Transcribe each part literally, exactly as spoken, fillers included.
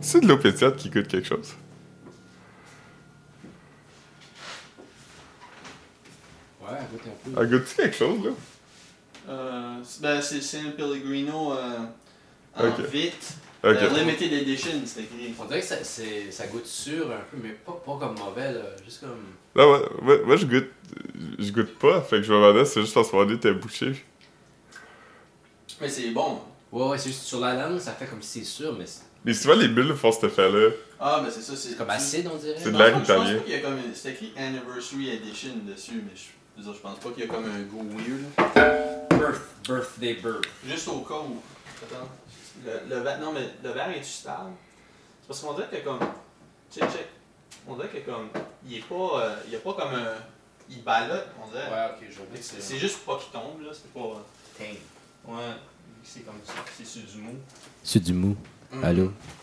C'est de l'eau pétillante qui goûte quelque chose. Ouais, elle goûte un peu. Elle goûte quelque chose, là? Euh, c'est- ben, c'est, c'est un Pellegrino euh, en Ok. vite. Ok. Euh, limited Edition, c'est écrit. On dirait que ça, c'est, ça goûte sûr un peu, mais pas, pas comme mauvais, là. Juste comme. Non, moi, moi, moi, je goûte. Je goûte pas, fait que je me demandais si c'est juste parce que mon nez était bouché. Mais c'est bon. Ouais, ouais, c'est juste sur la langue, ça fait comme si c'est sûr, mais c'est Mais souvent, les bulles font cet effet-là. Ah, ben c'est ça, c'est comme acide, on dirait. C'est de Non, l'air je pense- Je pense italien. pas qu'il y a comme. une- C'est écrit Anniversary Edition dessus, mais je, je veux dire, je pense pas qu'il y a comme un goût weird. Là. Birth, birthday, birth. Juste au cas où. Attends. Le, le verre. Non, mais le verre est-tu stable? C'est parce qu'on dirait que comme. Check, check. On dirait que comme. Il est pas. Euh, il y a pas comme un. Il ballotte, on dirait. Ouais, ok, je vois que C'est, c'est. c'est juste pas qu'il tombe, là. C'est pas. euh, Tame. Ouais. C'est comme ça. C'est sur du mou. C'est du mou. Mhm. Allô?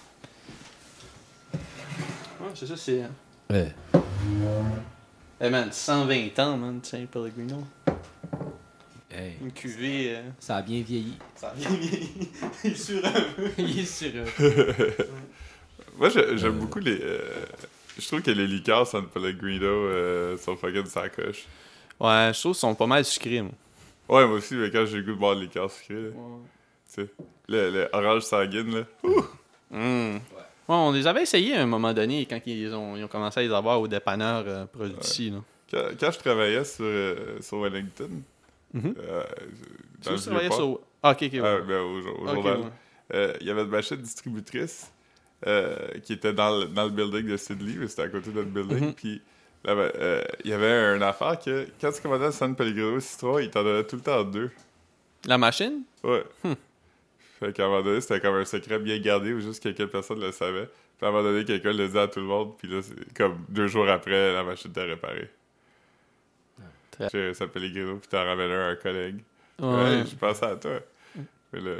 Ouais, c'est ça, c'est. Ouais. Eh man, cent vingt ans, man, Saint Pellegrino. Hey. Une cuvée. Euh, Ça a bien vieilli. ça a bien vieilli. Il est sur un peu. Il est sur eux. Moi, j'ai- j'aime beaucoup les. euh, je trouve que les liqueurs San Pellegrino euh, sont fucking sacoche. Ouais, je trouve qu'ils sont pas mal sucrés, moi. Ouais, moi aussi, mais quand j'ai le goût de boire des liqueurs sucrées, là, Ouais. tu sais. Le, le orange sanguine, là. Mm. Ouais, on les avait essayés à un moment donné quand ils ont, ils ont commencé à les avoir au dépanneur euh, proche d'ici. Là. Quand, quand je travaillais sur, euh, sur Wellington, Mhm. euh, Tu dans le veux travailler Vieux-Port, sur. Ah, ok, ok. Ouais. ah, ben, au, au Ok, journal, ouais. euh, il y avait une machine distributrice euh, qui était dans le, dans le building de Sidley, mais c'était à côté de notre building. Mhm. Puis là, ben, euh, il y avait une affaire que quand tu commandais le San Pellegrino citron, il t'en donnait tout le temps deux. La machine? Ouais. Hmm. Fait qu'à un moment donné, c'était comme un secret bien gardé où juste quelques personnes le savaient. Puis à un moment donné, quelqu'un le disait à tout le monde. Puis là, c'est comme deux jours après, la machine était réparée. Très- J'ai San Pellegrino, puis t'en ramènes un à un collègue. Ouais. Ouais, je pensais à toi. Mais là,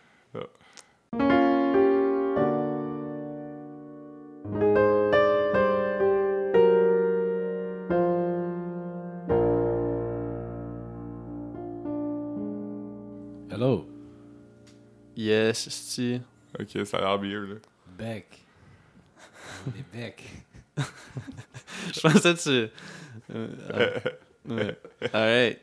Hello. Yes, c'est. ok, ça a l'air mieux, là. Beck. On est Beck. Je pensais que tu. Euh, ah, ouais. Alright.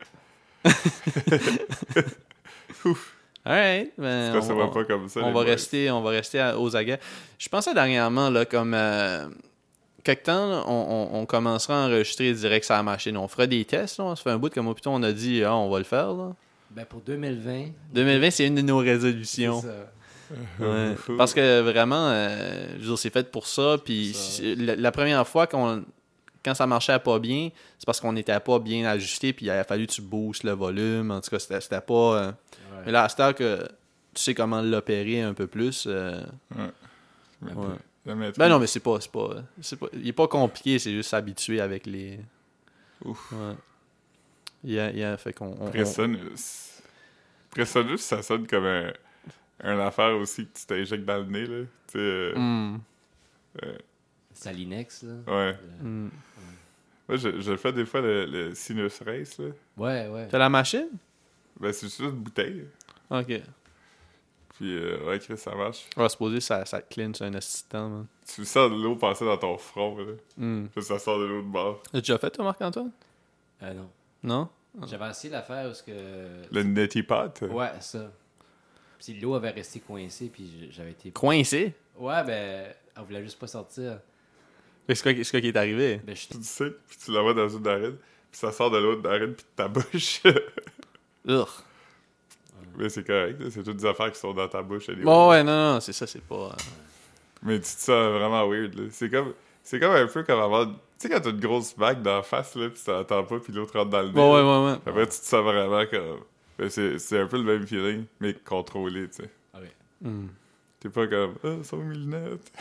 Alright. Ben, C'est quoi, ça on, va on- pas comme ça, on les va boys? rester, on va rester à- aux aguets. Je pensais dernièrement, là, comme. Euh, quelque temps, là, on, on, on commencera à enregistrer direct sur la machine. On fera des tests, là. On se fait un bout, comme plutôt on a dit, ah, on va le faire, là. Ben pour deux mille vingt. deux mille vingt, c'est une de nos résolutions. C'est ça. Ouais. Parce que vraiment, euh, je veux dire, c'est fait pour ça. Puis Ça. c'est- la, la première fois qu'on, quand ça marchait pas bien, c'est parce qu'on n'était pas bien ajusté. Puis il a fallu que tu boostes le volume. En tout cas, c'était, c'était pas. euh, Ouais. Mais là, à cette heure que tu sais comment l'opérer un peu plus. euh, Mais- ouais. le maîtrise. Ben non, mais c'est pas, c'est pas, c'est pas. Il est pas compliqué. C'est juste s'habituer avec les. Ouf. Ouais. Il y a, il y a fait qu'on. on- on- Presonus. Presonus, ça sonne comme un, un affaire aussi que tu t'injectes dans le nez, là. Tu sais, euh, Hmm. euh, Salinex, là. ouais. Euh, Hmm. Moi, je, je fais des fois le, le sinus race, là. Ouais, ouais. T'as la machine? Ben, c'est juste une bouteille. Ok. Puis, euh, ouais, Chris, ça marche. On va se poser, ça, ça clean sur un assistant, man. Tu sens de l'eau passer dans ton front, là. Hmm. Puis ça sort de l'eau de bord. T'as déjà fait, toi, Marc-Antoine? Euh, non. Non? J'avais essayé l'affaire parce que. Le neti pot. Ouais, ça. Puis l'eau avait resté coincée, puis j'avais été. Coincé? Ouais, ben, elle voulait juste pas sortir. Mais c'est quoi, c'est quoi qui est arrivé? Ben, je Tu le sais, puis tu l'envoies dans une narine. Puis ça sort de l'autre narine, puis de ta bouche. Ugh. Mais c'est correct, là, c'est toutes des affaires qui sont dans ta bouche. anyway. Bon, ouais, non, non, c'est ça, c'est pas. euh, Mais tu te sens vraiment weird, là. C'est comme, c'est comme un peu comme avoir... Tu sais, quand t'as une grosse vague dans la face, là, pis tu t'entends pas, puis l'autre rentre dans le nez. Bon, ouais, là. ouais, ouais. Après, tu te sens vraiment comme... Ben, c'est, c'est un peu le même feeling, mais contrôlé, tu sais. Ok. Hmm. T'es pas comme « Ah, oh, sont mes lunettes!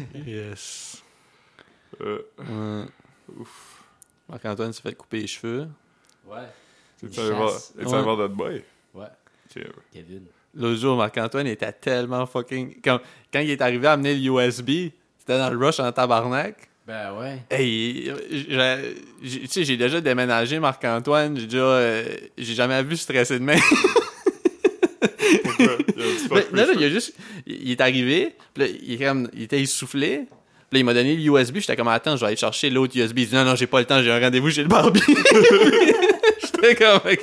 Yes. Euh, Ouais. Ouf. Marc-Antoine s'est fait couper les cheveux. Ouais. C'est-tu Une un mort chasse. es-tu Ouais. un mort de boy? Ouais. Ok. Kevin. L'autre jour, Marc-Antoine était tellement fucking. Quand, quand il est arrivé à amener le U S B, c'était dans le rush en tabarnak. Ben ouais. Hey, j'ai- j'ai- tu sais, j'ai déjà déménagé Marc-Antoine. J'ai déjà. euh, j'ai jamais vu stresser de même. Pourquoi? Il y a un petit Mais, fuck non, non, push. il a juste. Il, il est arrivé, puis là, il, est comme, il était essoufflé. Puis là, il m'a donné le U S B. J'étais comme, attends, je vais aller chercher l'autre U S B. Il dit, non, non, j'ai pas le temps, j'ai un rendez-vous chez le barbier. J'étais comme, ok.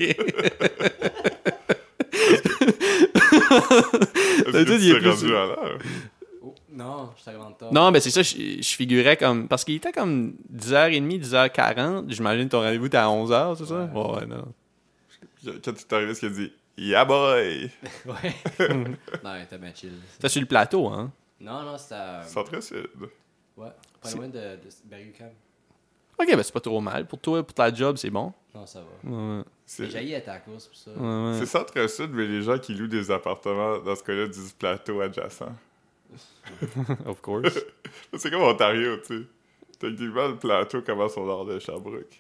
Est-ce que Tout, tu il est t'es plus- rendu à l'heure? Oh, non, je t'arrive en retard. Non, ben c'est ça, je, je figurais comme. Parce qu'il était comme dix heures trente, dix heures quarante. J'imagine ton rendez-vous était à onze heures, c'est ça? Ouais, ouais, non. Quand tu es arrivé, ce qu'il a dit « Yeah boy! Ouais. Non, il était bien chill. C'était sur le plateau, hein? Non, non, c'était. à- Centre-Sud. Ouais. Pas loin de, de Berry-UQAM. Ok, ben c'est pas trop mal. Pour toi, pour ta job, c'est bon. Non, ça va. Ouais, C'est J'ai être à la course pour ça. ouais, ouais. c'est Centre-Sud, mais les gens qui louent des appartements, dans ce cas-là, disent plateau adjacent. Of course. C'est comme Ontario, tu sais. Techniquement, le plateau commence au nord de Sherbrooke.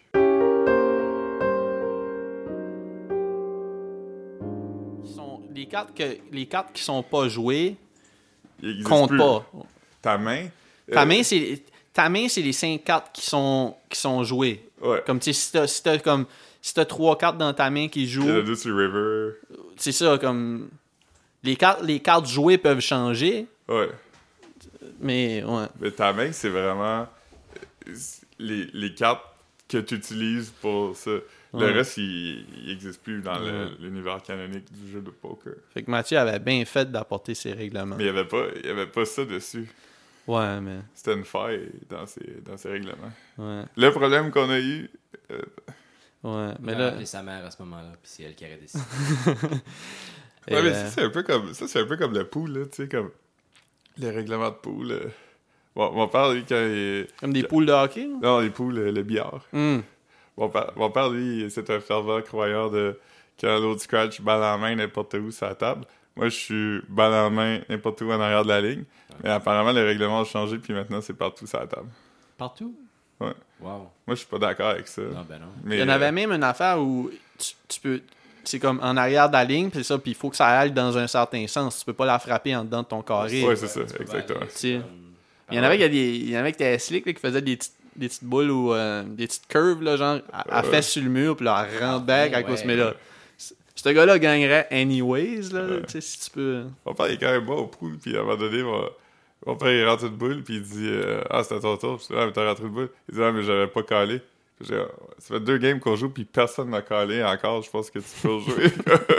Ils sont- les, cartes que, les cartes qui sont pas jouées Il existe comptent plus. pas. Ta main... Ta euh, main, c'est. Ta main, c'est les cinq cartes qui sont, qui sont jouées. Ouais. Comme, tu sais, si t'as, si t'as comme. Si t'as trois cartes dans ta main qui Il y en a jouent, deux sur River. c'est ça, comme. Les cartes, les cartes jouées peuvent changer, Ouais. mais ouais. Mais ta main, c'est vraiment euh, les, les cartes que tu utilises pour ça. Le Ouais. reste, il n'existe plus dans le- Ouais. l'univers canonique du jeu de poker. Fait que Mathieu avait bien fait d'apporter ses règlements. Mais il n'y avait, pas- il y avait pas ça dessus. Ouais, mais. C'était une faille dans ses, dans ses règlements. Ouais. Le problème qu'on a eu... euh, Ouais. Mais Il a là. appelé sa mère à ce moment-là, puis c'est elle qui aurait décidé. et, ouais, mais euh, ça, c'est un peu comme ça, c'est un peu comme le pool, là, tu sais, comme les règlements de pool. euh. Bon, mon père, lui, quand il... Comme des poules de hockey? là? Non, les poules, le, le billard. Hum. Mon père, mon père, lui, c'est un fervent croyant de quand l'autre scratch balle en main n'importe où sur la table. Moi, je suis balle en main n'importe où en arrière de la ligne. Mais apparemment, le règlement a changé, puis maintenant, c'est partout sur la table. Partout? Ouais. Wow. Moi, je suis pas d'accord avec ça. Non, ben non. Mais, Il y en euh, avait même une affaire où tu, tu peux. C'est comme en arrière de la ligne, puis ça, puis il faut que ça aille dans un certain sens. Tu peux pas la frapper en dedans de ton carré. Ouais, c'est ça, tu peux exactement. aller, Tu sais. comme- Il y en avait qui a des, il y en avait qui étaient slick, là, qui faisaient des petites, des petites boules ou euh, des petites curves, là, genre, à, à Ouais. fesse sur le mur, puis là, elle rentre back ouais, à cause. ouais. Mais là, c- ce gars-là gagnerait anyways, là, Ouais. tu sais, si tu peux. Mon père, il est quand même bon au pool, puis à un moment donné, mon, mon père, il rentre une boule, puis il dit euh, Ah, c'était ton tour. Je dis Ah, mais t'as rentré une boule. Il dit Ah, mais j'avais pas calé. Puis j'ai dit, Ah, ça fait deux games qu'on joue, puis personne m'a calé encore. Je pense que tu peux jouer.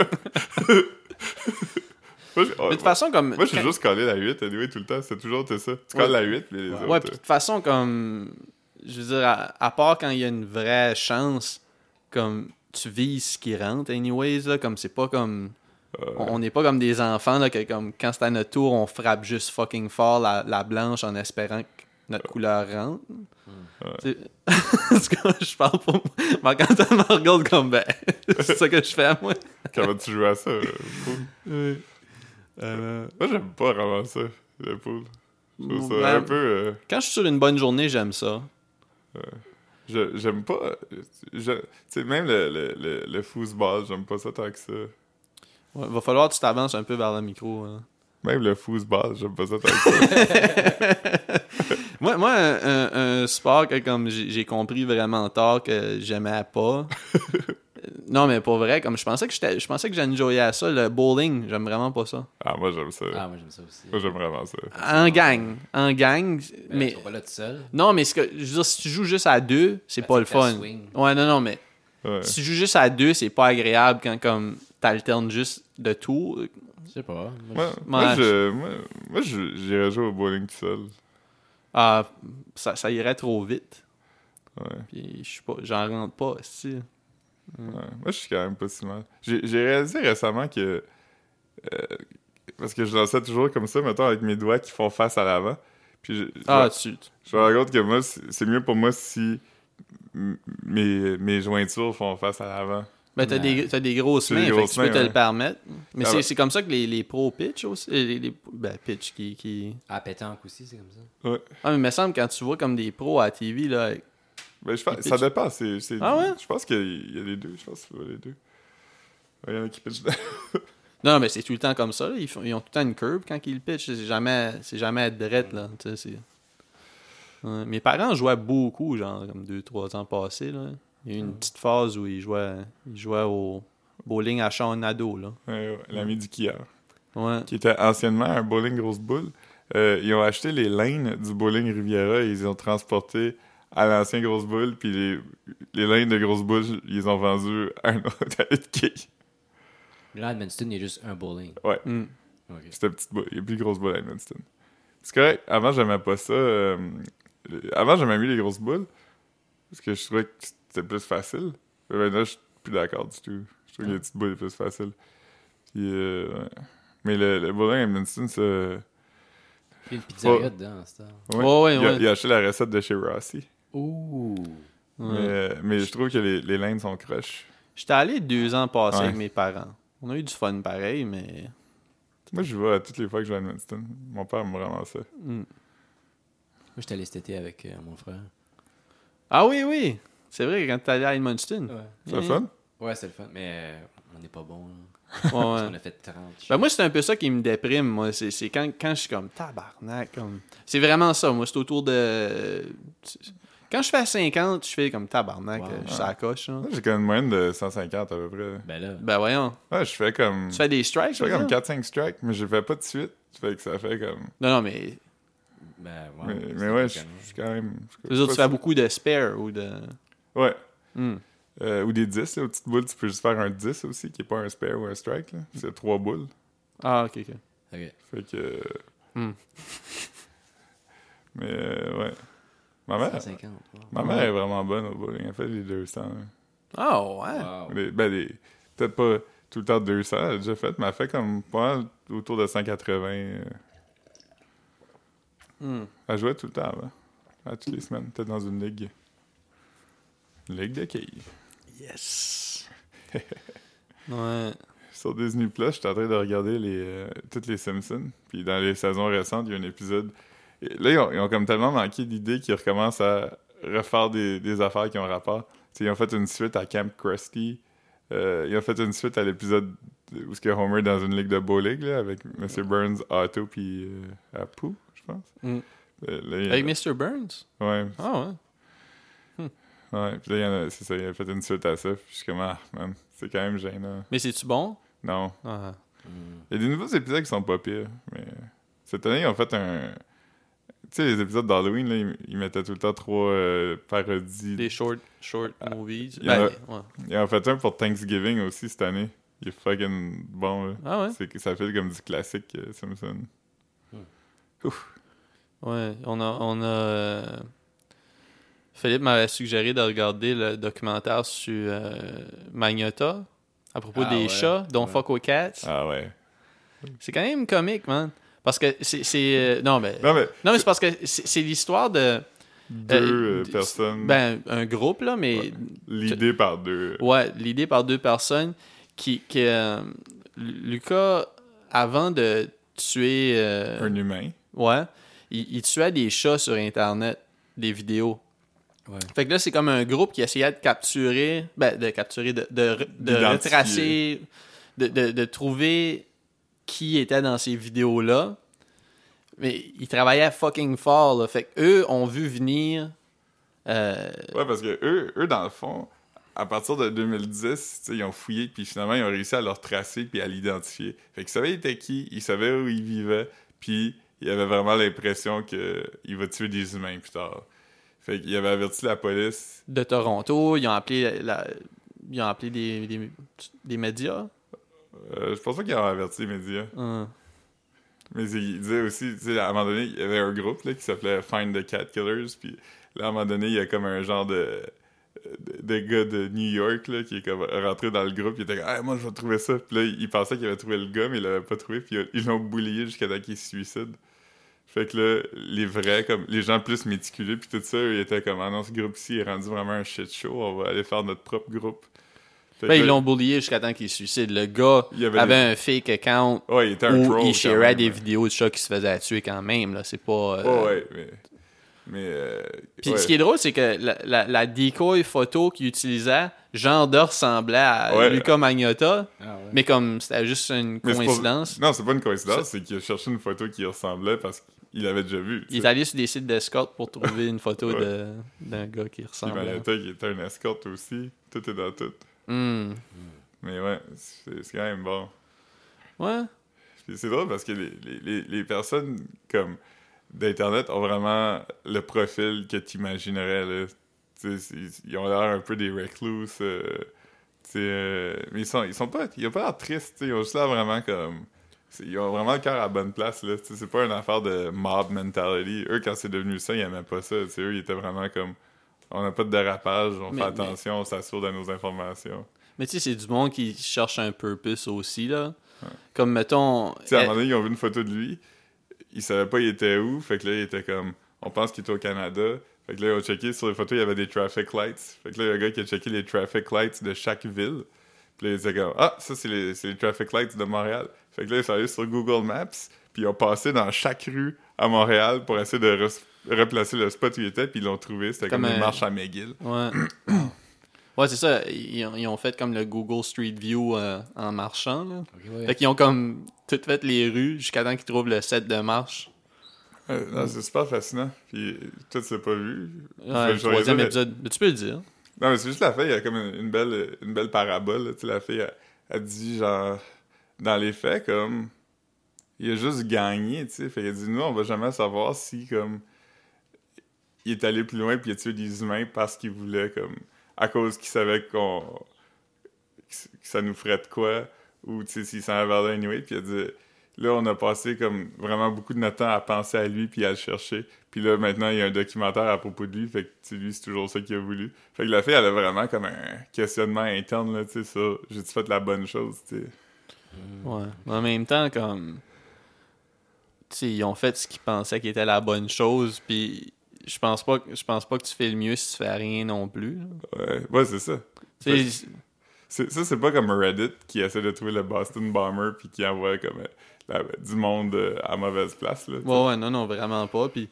Moi, j'ai- Mais de toute façon, comme. Moi, j'ai quand- juste collé la huit, anyway, tout le temps. C'est toujours c'est ça. Tu Ouais. colles la huit, mais les autres. Ouais, puis de toute façon, comme. Je veux dire, à, à part quand il y a une vraie chance, comme. Tu vises ce qui rentre, anyways, là, comme c'est pas comme. euh, On on n'est pas comme des enfants, là, que comme quand c'est à notre tour, on frappe juste fucking fort la, la blanche en espérant que notre couleur rentre. Ouais. C'est c'est comme je parle pour moi. Marc-Antoine me regarde comme ben. C'est ça que je fais à moi. Comment tu joues à ça, le pool? Oui. Euh, Moi, j'aime pas vraiment ça, le pool. Je trouve ça ben, un peu. euh, Quand je suis sur une bonne journée, j'aime ça. je- J'aime pas. je- Tu sais, même le, le, le, le foosball, j'aime pas ça tant que ça. Ouais, va falloir que tu t'avances un peu vers le micro. hein. Même le foosball, j'aime pas ça tant que ça. Moi, moi un, un- un sport que comme j'ai j'ai compris vraiment tard que j'aimais pas. Non, mais pour vrai, comme je pensais que j'étais, je pensais que j'enjoyais ça, le bowling, j'aime vraiment pas ça. Ah, moi, j'aime ça. Ah, moi j'aime ça aussi. Moi, j'aime vraiment ça. En gang, en gang, Mais, mais tu vas pas là tout seul. non, mais ce que je veux dire, si tu joues juste à deux, c'est Ben, pas tu le fais fun. swing. Ouais, non, non, mais Ouais. si tu joues juste à deux, c'est pas agréable quand comme t'alternes juste de tout. Je sais pas. Moi, Moi, je- moi, Ouais. je, moi, moi je- j'irais jouer au bowling tout seul. Ah, ça, ça irait trop vite. Ouais. Puis je suis pas, j'en rentre pas, si. Ouais. Moi, je suis quand même pas si mal. J'ai j'ai réalisé récemment que. euh, parce que je lançais toujours comme ça, mettons, avec mes doigts qui font face à l'avant. Puis je, je, Ah, me- tu. je me rends compte que moi, c'est c'est mieux pour moi si m- mes, mes jointures font face à l'avant. Ben, t'as, Ouais. des, t'as des grosses C'est mains, des fait que grosses tu peux mains, te ouais. le permettre. Mais Ah c'est, ouais. c'est comme ça que les, les pros pitch aussi. euh, Les, les- ben, pitch qui. qui... À pétanque aussi, c'est comme ça. Ouais. Ah, mais il me semble quand tu vois comme des pros à la T V, là. Ben, je pense, Ils ça pitchent. dépend. C'est, c'est- Ah ouais? Je pense qu'il y a les deux. Je pense qu'il y a les deux. Ouais, il y en a qui pitchent. Non, mais c'est tout le temps comme ça. Là. Ils, font, ils ont tout le temps une curve quand ils pitchent. C'est jamais, c'est jamais drette, là. Tu sais, c'est... Ouais. Mes parents jouaient beaucoup, genre, comme deux, trois ans passés, là. Il y a eu une petite phase où ils jouaient, ils jouaient au, bowling à Sean Nadeau, là. Ouais, ouais, l'ami du Kia, Ouais. qui était anciennement un bowling grosse boule. Euh, ils ont acheté les lanes du bowling Riviera et ils les ont transportés à l'ancien grosse boule, puis les, les lanes de grosse boule, ils les ont vendus à un autre allée de quai. Là, Edmundston, il y a juste un bowling. Ouais, Mm. Ok. c'était petite boule. Il y a plus de grosses boules à Edmundston. C'est correct. Avant, j'aimais pas ça. euh, Avant, j'aimais mieux les grosses boules, parce que je trouvais que c'était plus facile. Mais maintenant, je suis plus d'accord du tout. Je trouve que les petites boules sont plus faciles. Puis, euh, ouais. Mais le, le bowling à Edmundston, ça... Il y a une pizzeria Oh. dedans, c'est ça. Ouais, Ouais, ouais, il, a, ouais. il a acheté la recette de chez Rossi. Ouh. Ouais. Mais, euh, mais je trouve que les, les lanes sont croches. J'étais allé deux ans passés Ouais. avec mes parents. On a eu du fun pareil, mais... Moi, je vais à toutes les fois que je vais à Edmundston. Mon père me rend ça. Mm. Moi, j'étais allé cet été avec euh, mon frère. Ah oui, oui! C'est vrai, quand t'es allé à Edmundston. Ouais. C'est le fun? Ouais, c'est le fun, mais euh, on n'est pas bon. Là. Ouais, Parce ouais. qu'on a fait trente. Ben moi, c'est un peu ça qui me déprime, moi. C'est, c'est quand, quand je suis comme tabarnak. Comme... C'est vraiment ça, moi. C'est autour de. Quand je fais à cinquante, je fais comme tabarnak. Wow. euh, Je suis à la coche. Là. Moi, j'ai quand même une moyenne de cent cinquante à peu près. Ben là, Ben voyons. Ouais, je fais comme. Tu fais des strikes, Je fais là? comme quatre cinq strikes, mais je le fais pas de suite. Fait que ça fait comme. Non, non, mais. ben ouais. mais, c'est mais ouais, pas je canon. je suis quand même. je- Les je autres, tu sais fais pas beaucoup de spare ou de. si- Ouais. Hmm. Euh, ou des dix, là, aux petites boules, tu peux juste faire un dix aussi, qui est pas un spare ou un strike. Là. C'est trois boules. Ah, ok, ok. Ok. Fait que. euh, Hmm. Mais euh, ouais. Ma mère, cent cinquante. wow. ma mère est vraiment bonne au bowling. Elle fait les deux cents. hein. Ah, ouais. Wow. Les- ben, les- peut-être pas tout le temps deux cents, elle a déjà fait, mais elle fait comme pas mal autour de cent quatre-vingts. euh. Hmm. Elle jouait tout le temps avant. À toutes les semaines. Peut-être dans une ligue. Une ligue de quilles. Yes. Ouais. Sur Disney Plus, j'étais en train de regarder les, euh, toutes les Simpsons. Puis dans les saisons récentes, il y a un épisode. Et là, ils ont, ils ont comme tellement manqué d'idées qu'ils recommencent à refaire des, des affaires qui ont rapport. T'sais, ils ont fait une suite à Camp Krusty. Euh, ils ont fait une suite à l'épisode où ce que Homer est dans une ligue de bowling là, avec M. Burns, Otto puis euh, Apu, je pense. Mm. Euh, là, il y a- Avec mister Burns? Ouais, Ah, ouais. ouais. Puis là, il y en a, c'est ça, il a fait une suite à ça. Puis je suis comme, ah, man, c'est quand même gênant. Mais c'est-tu bon? Non. Ah. Hmm. Il y a des nouveaux épisodes qui sont pas pires, mais cette année, ils ont fait un... Tu sais, les épisodes d'Halloween, là, ils, ils mettaient tout le temps trois euh, parodies. Des short, short movies. il y en Ben, a- ouais. Ils en ont fait un pour Thanksgiving aussi cette année. Il est fucking bon, là. Ah, ouais? C'est que ça fait comme du classique euh, Simpson. Ouais, on a... On a euh, Philippe m'avait suggéré de regarder le documentaire sur euh, Magnota à propos Ah, des ouais. chats, Don't Ouais. Fuck with Cats. Ah ouais. C'est quand même comique, man. Parce que c'est... c'est, euh, non, mais... Non, mais Non, mais c'est parce que c'est, c'est l'histoire de... deux euh, euh, d- personnes, Ben, un groupe, là, mais... Ouais. l'idée par deux. Ouais, l'idée par deux personnes qui... qui euh, Lucas, avant de tuer... euh, Un humain. Ouais, il, il tuait des chats sur Internet, des vidéos. Ouais. Fait que là, c'est comme un groupe qui essayait de capturer... Ben, de capturer, de, de, de D'identifier. retracer... De, de, de trouver qui était dans ces vidéos-là. Mais ils travaillaient fucking fort, là. Fait qu'eux ont vu venir... Euh, Ouais, parce que eux, eux, dans le fond, à partir de deux mille dix, tu sais, ils ont fouillé, puis finalement, ils ont réussi à le retracer puis à l'identifier. Fait qu'ils savaient il était qui, ils savaient où il vivait, puis ils avaient vraiment l'impression qu'il va tuer des humains plus tard. Fait qu'ils avaient averti la police. de Toronto, ils ont appelé la, ils ont appelé des, des, des médias. Euh, je pense pas qu'ils ont averti les médias. Hum. Mais ils disaient aussi, tu sais, à un moment donné, il y avait un groupe là, qui s'appelait Find the Cat Killers, puis là, à un moment donné, il y a comme un genre de, de, de gars de New York là, qui est comme rentré dans le groupe, il était comme « Ah, moi, je vais trouver ça », puis là, il pensait qu'il avait trouvé le gars, mais il l'avait pas trouvé, puis ils l'ont boulié jusqu'à temps qu'il se suicide. Fait que là, les vrais, comme les gens plus méticuleux, puis tout ça, ils étaient comme « Ah non, ce groupe-ci est rendu vraiment un shit show, on va aller faire notre propre groupe ». Fait Ben, que ils là, l'ont bullié jusqu'à temps qu'il se suicide. Le gars Il y avait avait des- un fake account Ouais, il était un où troll. il quand sharait même, des ouais. vidéos de chats qui se faisaient tuer quand même. Là. C'est pas... euh, Ouais, ouais, mais... Mais... euh, Puis ouais. ce qui est drôle, c'est que la, la, la decoy photo qu'il utilisait, genre de ressemblait à Ouais. Luca Magnotta, Ah ouais. mais comme c'était juste une Mais c'est pas- coïncidence. Non, c'est pas une coïncidence, c'est qu'il a cherché une photo qui ressemblait parce qu'il l'avait déjà vue. tu Il est sais. allé sur des sites d'escorte pour trouver une photo Ouais. de, d'un gars qui Puis ressemblait. Manetta qui était un escorte aussi. Tout est dans tout. Hmm. Mais ouais, c'est, c'est quand même bon. Ouais. Puis c'est drôle parce que les, les, les, les personnes comme d'Internet ont vraiment le profil que tu imaginerais. Là. T'sais, ils ont l'air un peu des reclus. Euh, euh, mais ils sont, ils sont pas. Ils ont pas l'air tristes. Ils ont juste l'air vraiment comme. Ils ont vraiment le cœur à la bonne place. Là. C'est pas une affaire de mob mentality. Eux, quand c'est devenu ça, ils aimaient pas ça. T'sais, eux, ils étaient vraiment comme. On n'a pas de dérapage, on mais, fait attention, mais... on s'assure de nos informations. Mais tu sais, c'est du monde qui cherche un purpose aussi, là. Ouais. Comme, mettons... Tu sais, à un moment donné, ils ont vu une photo de lui, ils savaient pas il était où, fait que là, il était comme... On pense qu'il était au Canada, fait que là, ils ont checké, sur les photos, il y avait des traffic lights. Fait que là, il y a un gars qui a checké les traffic lights de chaque ville. Puis là, il était comme, ah, ça, c'est les, c'est les traffic lights de Montréal. Fait que là, ils sont allés sur Google Maps, puis ils ont passé dans chaque rue à Montréal pour essayer de re- replacer le spot où il était, puis ils l'ont trouvé. C'était comme, comme une un... marche à McGill. Ouais. Ouais, c'est ça. Ils ont, ils ont fait comme le Google Street View euh, en marchant. Là. Okay, ouais. Fait qu'ils ont comme tout fait les rues jusqu'à temps qu'ils trouvent le set de marche. Euh, non, c'est super fascinant. Puis tout c'est pas vu. Ouais, le troisième épisode. Mais tu peux le dire. Non, mais c'est juste la fille, il y a comme une, une, belle, une belle parabole. Tu sais, la fille, elle, elle dit genre, dans les faits, comme, il a juste gagné, tu sais. Fait qu'elle dit, nous, on va jamais savoir si, comme, il est allé plus loin puis il a tué des humains parce qu'il voulait, comme, à cause qu'il savait qu'on que ça nous ferait de quoi, ou tu sais, s'il s'en avait vers là anyway, puis il a dit, là, on a passé comme vraiment beaucoup de notre temps à penser à lui puis à le chercher, puis là, maintenant, il y a un documentaire à propos de lui, fait que, tu sais, lui, c'est toujours ça qu'il a voulu. Fait que la fille, elle a vraiment comme un questionnement interne, là, tu sais, ça, j'ai-tu fait la bonne chose, tu sais. Ouais, mais en même temps, comme, tu sais, ils ont fait ce qu'ils pensaient qui était la bonne chose, puis je pense pas je pense pas que tu fais le mieux si tu fais rien non plus. Là. Ouais, ouais, c'est ça. C'est, c'est, ça, c'est pas comme Reddit qui essaie de trouver le Boston Bomber puis qui envoie comme euh, la, du monde euh, à mauvaise place. Là, ouais, ouais, non, non, vraiment pas. Puis,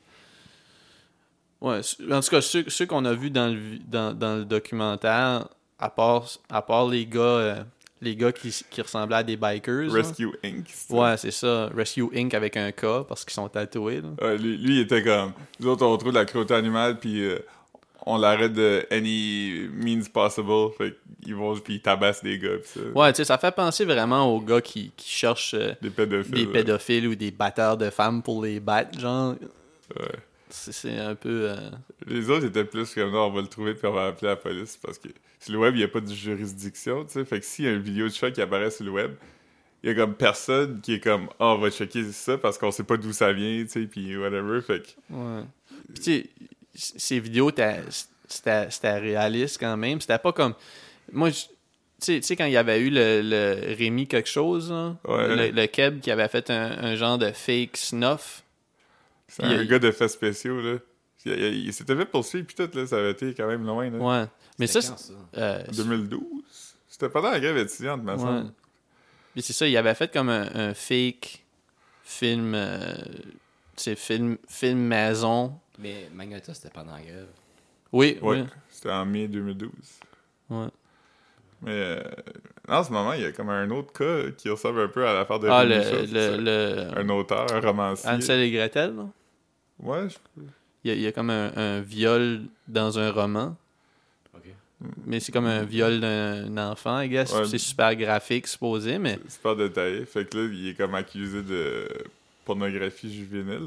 ouais, en tout cas, ceux, ceux qu'on a vus dans le, dans, dans le documentaire, à part, à part les gars... Euh, les gars qui, qui ressemblaient à des bikers. Rescue là. Incorporated. C'est ouais, c'est ça. Rescue Incorporated avec un K parce qu'ils sont tatoués. Là. Ouais, lui, lui, il était comme... Nous autres, on trouve la cruauté animale, puis euh, on l'arrête de any means possible. Fait qu'ils vont, puis ils tabassent des gars. Pis ça. Ouais, tu sais, ça fait penser vraiment aux gars qui, qui cherchent euh, des pédophiles, des ouais. pédophiles ou des batteurs de femmes pour les battre, genre. Ouais. C'est, c'est un peu... Euh... Les autres étaient plus comme, non, on va le trouver puis on va appeler la police, parce que sur le web, il n'y a pas de juridiction, tu sais. Fait que s'il y a une vidéo de chat qui apparaît sur le web, il y a comme personne qui est comme, ah, oh, on va checker ça parce qu'on sait pas d'où ça vient, tu sais, puis whatever, fait que... Ouais. Puis tu sais, ces vidéos, c'était, c'était réaliste quand même. C'était pas comme... Moi, tu sais, tu sais, quand il y avait eu le, le Rémi quelque chose, là, ouais. le, le Keb qui avait fait un, un genre de fake snuff. C'est un il... gars d'effets spéciaux, là. Il, il, il s'était fait poursuivre, puis tout, là, ça avait été quand même loin, là. Ouais. Mais c'était ça, quand, ça? Euh, deux mille douze? C'était pendant la grève étudiante, me semble. Ouais. Puis c'est ça, il avait fait comme un, un fake film, euh, c'est film, film maison. Mais Magnotta, c'était pendant la grève. Oui, ouais, oui. C'était en mai deux mille douze. Ouais. Mais euh, en ce moment, il y a comme un autre cas qui ressemble un peu à l'affaire de Ah, le, chose, le, le... Un auteur, un romancier. Hansel et Gretel, là? Ouais, je... Il y a, il y a comme un, un viol dans un roman. OK. Mais c'est comme un viol d'un enfant, I guess. Ouais. C'est super graphique, supposé, mais... C'est super détaillé. Fait que là, il est comme accusé de pornographie juvénile.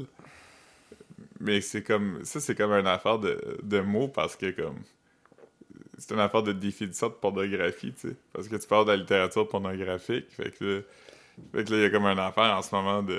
Mais c'est comme... Ça, c'est comme une affaire de, de mots parce que, comme... C'est une affaire de définition de pornographie, tu sais. Parce que tu parles de la littérature pornographique. Fait que là, fait que là, il y a comme une affaire en ce moment de...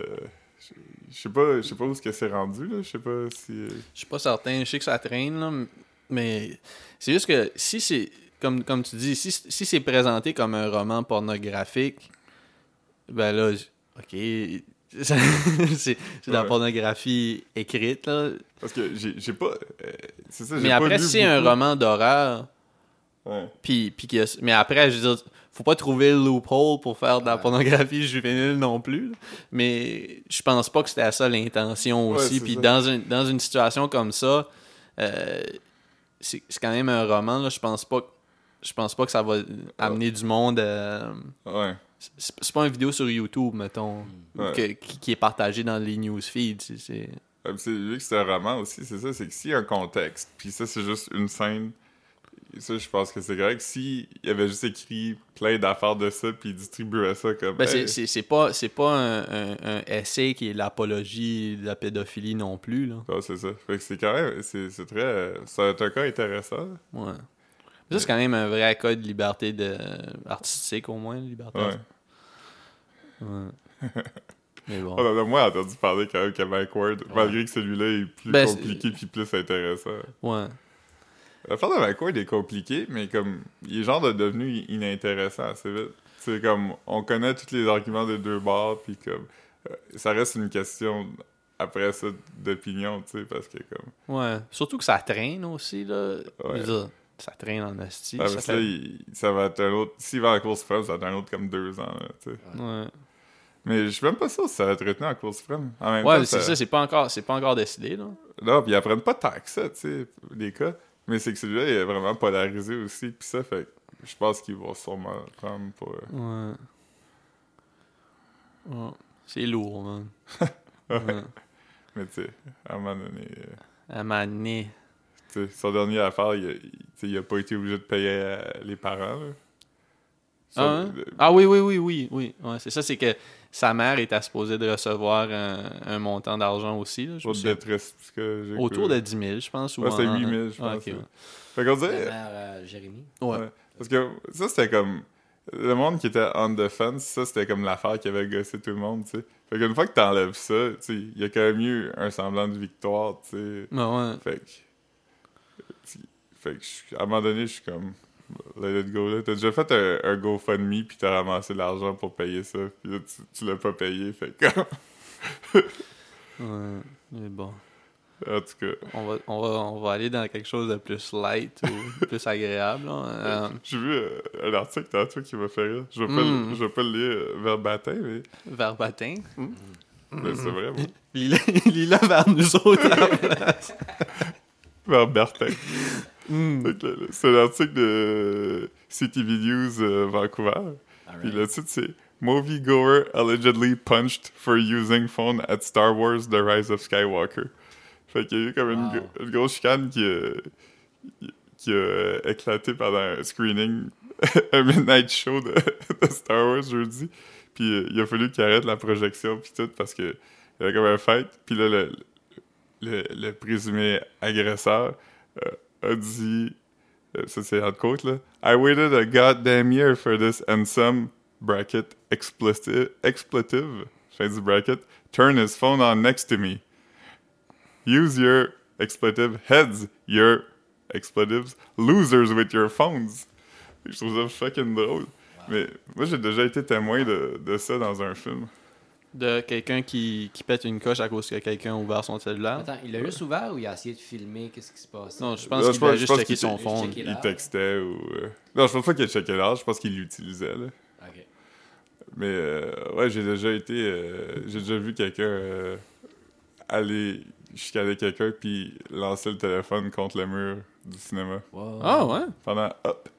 Je sais pas, je sais pas où est-ce que c'est rendu, là. Je sais pas si... Je suis pas certain. Je sais que ça traîne, là. Mais c'est juste que si c'est... Comme, comme tu dis, si, si c'est présenté comme un roman pornographique, ben là, OK... c'est, c'est de la pornographie écrite, là. Parce que j'ai, j'ai pas... Euh, c'est ça, j'ai mais pas après, lu si c'est beaucoup. un roman d'horreur... Ouais. Pis, pis que, mais après, je veux dire, faut pas trouver le loophole pour faire de la ouais. pornographie juvénile non plus. Là. Mais je pense pas que c'était à ça l'intention aussi. Ouais, Puis ça. dans, un, dans une situation comme ça, euh, c'est, c'est quand même un roman. Là. Je pense pas, je pense pas que ça va amener ouais. du monde. À, ouais. C'est, c'est pas une vidéo sur YouTube, mettons, ouais. que, qui, qui est partagée dans les newsfeeds. C'est, c'est... c'est, vu que c'est un roman aussi, c'est ça, c'est que s'il y a un contexte, puis ça, c'est juste une scène. ça, je pense que c'est correct. S'il avait juste écrit plein d'affaires de ça, puis il distribuait ça comme... Ben, hey. c'est, c'est, c'est pas, c'est pas un, un, un essai qui est l'apologie de la pédophilie non plus, là. Ah, c'est ça. Fait que c'est quand même... C'est, c'est très... C'est un cas intéressant. Ouais. Ça, c'est quand même un vrai cas de liberté de... artistique, au moins, liberté. Ouais. Ouais. Mais bon. On en a moins entendu parler quand même que Mike Ward, Ouais. malgré que celui-là est plus Ben, compliqué puis plus intéressant. Ouais. L'affaire de Mike Ward est compliquée, mais comme il est genre de devenu inintéressant assez vite. C'est comme on connaît tous les arguments des deux bords, puis comme euh, ça reste une question après ça d'opinion, tu sais, parce que comme. Ouais. Surtout que ça traîne aussi, là. Ouais. Je veux dire, ça traîne en asti. Ah, ça parce fait- que là, il- ça va être un autre. S'il va en course suprême, ça va être un autre comme deux ans, là, tu sais. Ouais. Mais je suis même pas sûr si ça va être retenu en course suprême. En même Ouais, temps, c'est ça, c'est pas encore, c'est pas encore décidé, là. Non, pis ils apprennent pas tant que ça, tu sais, les cas. Mais c'est que celui-là, il est vraiment polarisé aussi, pis ça, fait que je pense qu'ils vont sûrement le prendre pour... euh, Ouais. Ouais. C'est lourd, man. Ouais. Ouais. Mais tu sais, à un moment donné... euh, À maner. tu sais, son dernier affaire, il a, il, tu sais, il a pas été obligé de payer euh, les parents, là. Ça, Ah, hein? le- Ah oui, oui, oui, oui, oui. Ouais, c'est ça, c'est que sa mère était supposée de recevoir un, un montant d'argent aussi, là, je me Pour souviens. détresse psychologique. Autour ou- de dix mille, je pense. Ou Ouais, c'était en- huit mille, je Ah, pense. ok, ouais. Fait qu'on La dirait... mère euh, Jérémy. Ouais. Ouais. Parce que ça, c'était comme... Le monde qui était on the fence, ça, c'était comme l'affaire qui avait gossé tout le monde, tu sais. Fait qu'une fois que t'enlèves ça, tu sais, il y a quand même eu un semblant de victoire, tu sais. Ouais, ouais. Fait que... Fait que, je- à un moment donné, je suis comme... Let it go, là. T'as déjà fait un, un GoFundMe, puis t'as ramassé de l'argent pour payer ça, puis là, tu, tu l'as pas payé, fait que... Ouais. Mais bon. En tout cas, On va, on, va, on va aller dans quelque chose de plus light ou plus agréable. Là. Euh, j'ai vu euh, un article tantôt qui m'a fait rire. Je vais pas, Mm. le- je vais pas le lire euh, verbatim, mais, verbatim. mais c'est vrai, bon. Lis-le lis-le vers nous autres. à la place. Verbatim. Mm. Fait que là, là, c'est un article de C T V News euh, Vancouver. Alright. Puis le titre, c'est Moviegoer allegedly punched for using phone at Star Wars The Rise of Skywalker. Fait qu'il y a eu comme une, Wow. gro- une grosse chicane qui a, qui a éclaté pendant un screening, un midnight show de, de Star Wars jeudi. Puis euh, il a fallu qu'il arrête la projection puis tout parce que il y avait comme un fight. Puis là, le, le, le présumé agresseur euh, a dit, euh, ça c'est entre côtes là, I waited a goddamn year for this and some bracket expletive, expletive, fin du bracket, turn his phone on next to me. Use your expletive heads, your expletives, losers with your phones. Je trouve ça fucking drôle. Mais moi, j'ai déjà été témoin de, de ça dans un film. De quelqu'un qui, qui pète une coche à cause que quelqu'un a ouvert son cellulaire. Attends, il l'a juste ouvert ou il a essayé de filmer qu'est-ce qui se passe? Non, je pense Là, qu'il je pense- a je juste pense checké qu'il son était- phone. checké. Il textait ou... euh, Non, je pense pas qu'il checkait l'âge, je pense qu'il l'utilisait, là. Ok. Mais euh, ouais, j'ai déjà été... euh, j'ai déjà vu quelqu'un euh, aller chicaner quelqu'un puis lancer le téléphone contre le mur du cinéma. Wow. Ah ouais? Pendant... Hop!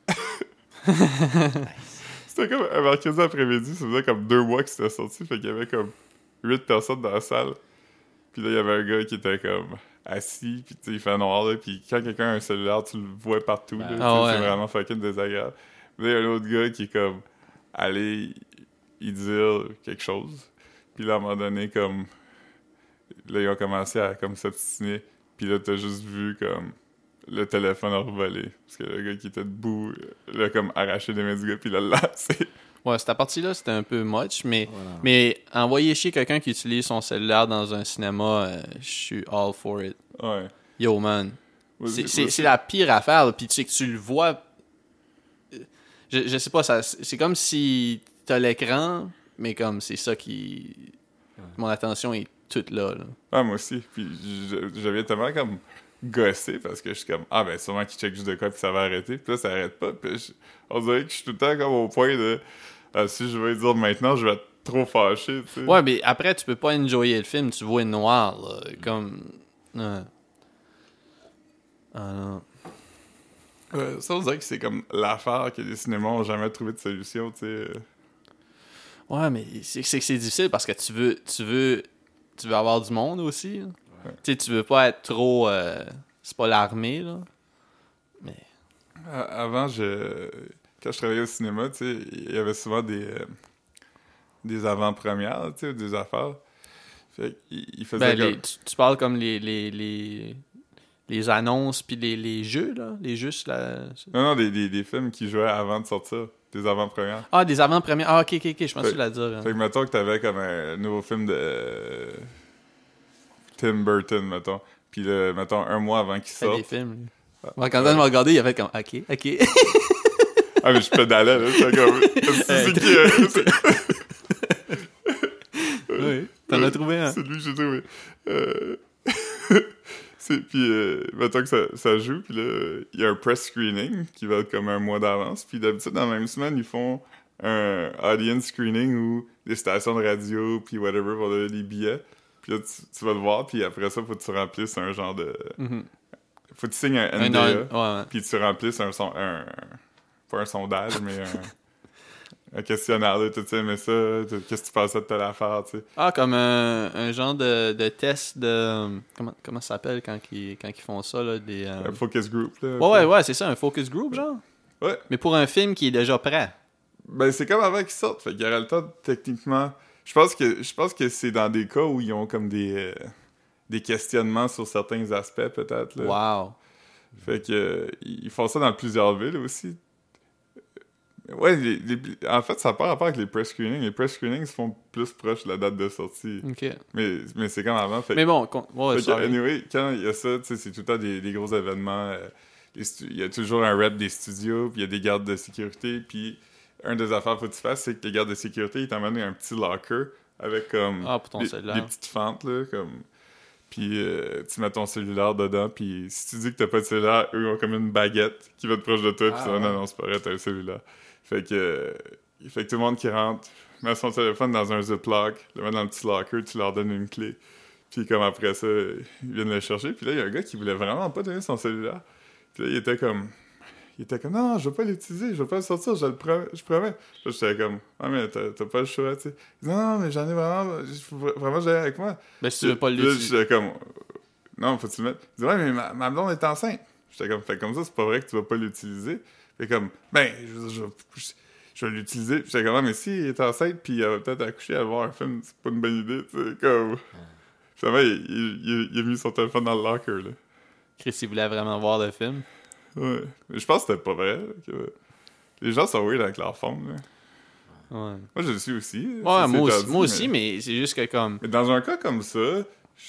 C'était comme un mercredi après-midi, ça faisait comme deux mois que c'était sorti, fait qu'il y avait comme huit personnes dans la salle. Puis là, il y avait un gars qui était comme assis, puis tu sais, il fait noir, là, puis quand quelqu'un a un cellulaire, tu le vois partout, là, Ah tu sais, ouais. c'est vraiment fucking désagréable. Puis là, il y a un autre gars qui est comme allé y dire quelque chose, puis là, à un moment donné, comme là, ils ont commencé à comme s'obstiner, puis là, t'as juste vu comme le téléphone a revolé. Parce que le gars qui était debout, l'a comme arraché des mains du gars, puis l'a lancé. Ouais, cette partie-là, c'était un peu much, mais, Voilà. mais envoyer chier quelqu'un qui utilise son cellulaire dans un cinéma, euh, je suis all for it. Ouais. Yo, man. Moi, C'est- moi, C'est c'est la pire affaire, là, puis tu sais que tu le vois. Je, je sais pas, ça, c'est comme si t'as l'écran, mais comme c'est ça qui. Mon attention est toute là. là. Ah, moi aussi. Puis je- j'avais tellement comme gossé parce que je suis comme, ah ben sûrement qu'il check juste de quoi puis ça va arrêter. Puis là, ça arrête pas. Puis je- on dirait que je suis tout le temps comme au point de, ah, si je vais dire maintenant, je vais être trop fâché, tu sais. Ouais, mais après, tu peux pas enjoyer le film, tu vois noir, là. Comme. Ouais. Ah non. Ouais, ça, on dirait que c'est comme l'affaire que les cinémas ont jamais trouvé de solution, tu sais. Ouais, mais c'est c'est que c'est difficile parce que tu veux. Tu veux. Tu veux avoir du monde aussi. là. Tu sais, tu veux pas être trop. euh, c'est pas l'armée, là. Mais. A- Avant, je... quand je travaillais au cinéma, tu sais, il y avait souvent des, euh, des avant-premières, tu sais, des affaires. Fait qu'il il faisait Ben, comme... les, tu, tu parles comme les, les, les, les annonces puis les, les jeux, là? Les jeux sur la... Non, non, des, des, des films qui jouaient avant de sortir, des avant-premières. Ah, des avant-premières. Ah, ok, ok, ok, je pensais Fait- la dire. hein. Fait que mettons que t'avais comme un nouveau film de euh, Tim Burton, mettons. Puis le, mettons, un mois avant qu'il Fait des sorte. films. lui. Moi, quand on m'a regardé, il a fait comme, ok, ok. Ah, mais je pédalais, là. J'étais comme... C'est c'est qui... euh, c'est- Oui, t'en as trouvé un. C'est lui que j'ai trouvé. Euh... c'est... Puis, euh, mettons que ça, ça joue, puis là, il y a un press screening qui va être comme un mois d'avance. Puis d'habitude, dans la même semaine, ils font un audience screening où des stations de radio, puis whatever, vont donner des billets. Puis là, tu, tu vas le voir, puis après ça, faut que tu remplisses un genre de... Mhm. Faut que tu signes un Un N D A, non- ouais, ouais. puis tu remplisses un, son, un... Pas un sondage, mais un... un questionnaire, là, tout ça, mais ça, tu- qu'est-ce que tu pensais de telle affaire, tu sais. Ah, comme un, un genre de, de test de... Comment, comment ça s'appelle quand ils, quand ils font ça, là, des... euh, Un focus group, là. Ouais, ouais, ouais, c'est ça, un focus group, genre. Ouais. Mais pour un film qui est déjà prêt. Ben, c'est comme avant qu'ils sortent, fait qu'il y aurait le temps, de, techniquement... Je pense que je pense que c'est dans des cas où ils ont comme des... euh, des questionnements sur certains aspects, peut-être, là. Wow. Fait que... euh, ils font ça dans plusieurs villes, aussi. Ouais, les, les- en fait, ça n'a pas rapport avec les press screenings. Les press screenings se font plus proches de la date de sortie. OK. Mais, mais c'est comme avant, fait Mais bon, con- ouais, Fait que, sorry. anyway, quand il y a ça, tu sais, c'est tout le temps des, des gros événements. euh, les stu- Il y a toujours un rep des studios, puis il y a des gardes de sécurité. Puis, un des affaires qu'il faut que tu fasses, c'est que les gardes de sécurité, ils t'emmènent un petit locker avec comme Ah, pour ton des, cellulaire. des petites fentes, là, comme... Puis, euh, tu mets ton cellulaire dedans, puis si tu dis que t'as pas de cellulaire, eux ont comme une baguette qui va te proche de toi, puis Ah, ça, ouais. non, non, c'est pas vrai, t'as un cellulaire. Fait que, euh, fait que tout le monde qui rentre met son téléphone dans un Ziploc, le met dans le petit locker, tu leur donnes une clé. Puis comme après ça, ils viennent le chercher. Puis là, il y a un gars qui voulait vraiment pas donner son cellulaire. Puis là, il était comme... Il était comme, non, je vais pas l'utiliser, je vais pas le sortir, je le promets. Je promets. Là, j'étais comme, ah, mais t'as, t'as pas le choix, tu sais. Il dit, non, non, mais j'en ai vraiment... Il faut vraiment que j'aille avec moi. Ben, si tu veux pas Là, l'utiliser. j'étais comme, non, faut que tu le mettes. Il dit, ouais, mais ma, ma blonde est enceinte. J'étais comme, fait comme ça, c'est pas vrai que tu vas pas l'utiliser. Fait comme, ben, je, je, je, je vais l'utiliser. J'étais comme, ah, mais si il est enceinte, puis il va peut-être accoucher à voir un film, c'est pas une bonne idée, tu sais, comme... Finalement, il, il, il, il a mis son téléphone dans le locker, là. Chris, il voulait vraiment voir le film. Ouais. Mais je pense que c'était pas vrai, là, que... Les gens sont weird avec leur phone, là. Ouais. Moi, je le suis aussi. Ouais, ça, moi c'est aussi, établi, moi aussi, mais c'est juste que comme... Mais dans un cas comme ça, je,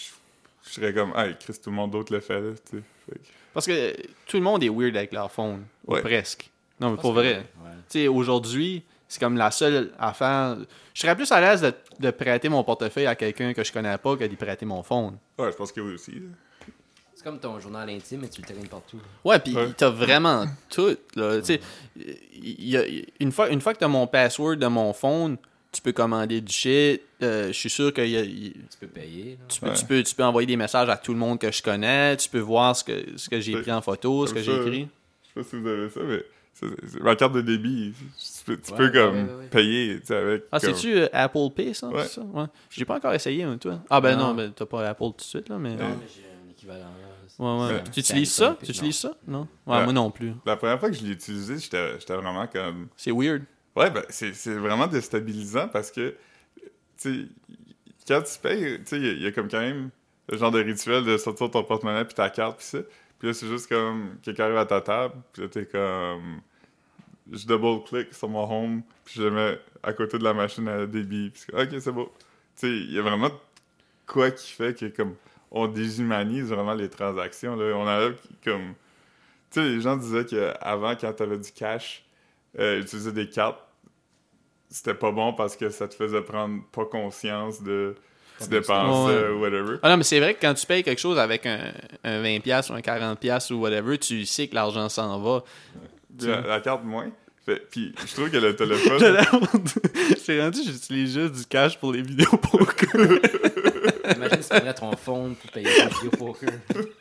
je serais comme, hey, Chris, tout le monde d'autre le fait, là, tu sais. Fait que- Parce que tout le monde est weird avec leur phone. Ou Ouais. presque. Non, mais Parce pour que- vrai. ouais. Tu sais, aujourd'hui, c'est comme la seule affaire... Je serais plus à l'aise de, de prêter mon portefeuille à quelqu'un que je connais pas que d'y prêter mon phone. Ouais, je pense que oui aussi. là. C'est comme ton journal intime, mais tu le traînes partout. Ouais, puis Ouais. t'as vraiment tout, là. Tu sais, il y a- une fois, une fois que t'as mon password de mon phone, tu peux commander du shit. Euh, je suis sûr que y a- y- Tu peux payer. Là. tu, peux, Ouais. tu, peux, tu peux envoyer des messages à tout le monde que je connais. Tu peux voir ce que, ce que j'ai Ouais. pris en photo, ce que Comme j'ai ça, écrit. Je sais pas si vous avez ça, mais c'est- c'est- ma carte de débit, tu peux, tu Ouais, peux ouais, comme ouais, ouais, ouais. payer, tu sais, avec... Ah, comme- c'est-tu euh, Apple Pay, ça? Ouais. c'est ça? Ouais. J'ai pas encore essayé, hein, toi. Ah, ben non, Non. ben t'as pas Apple tout de suite, là, mais... Non, mais j'ai un équivalent là. Ouais, ouais. Ouais. Tu utilises ça? Tu utilises ça? Non? Ouais, Ouais. moi non plus. La première fois que je l'ai utilisé, j'étais j'étais vraiment comme... C'est weird. Ouais, ben, c'est c'est vraiment déstabilisant parce que, tu sais, quand tu payes, tu sais, il y, a- il y a comme quand même le genre de rituel de sortir ton porte-monnaie puis ta carte puis ça. Puis là, c'est juste comme quelqu'un arrive à ta table, puis là, t'es comme... Je double-click sur mon home, puis je le mets à côté de la machine à débit. Puis c'est comme, OK, c'est beau. Tu sais, il y a vraiment quoi qui fait que, comme, on déshumanise vraiment les transactions, là. On a comme... Tu sais, les gens disaient qu'avant, quand t'avais du cash, euh, utiliser des cartes, c'était pas bon parce que ça te faisait prendre pas conscience de tu dépenses Ouais. ou whatever. Ah non, mais c'est vrai que quand tu payes quelque chose avec un, un vingt dollars ou un quarante dollars ou whatever, tu sais que l'argent s'en va. Puis la, la carte moins. Fait, puis je trouve que le téléphone... C'est rendu, j'utilise juste du cash pour les vidéos poker. Imagine si tu prenais ton phone pour payer ton vidéo poker.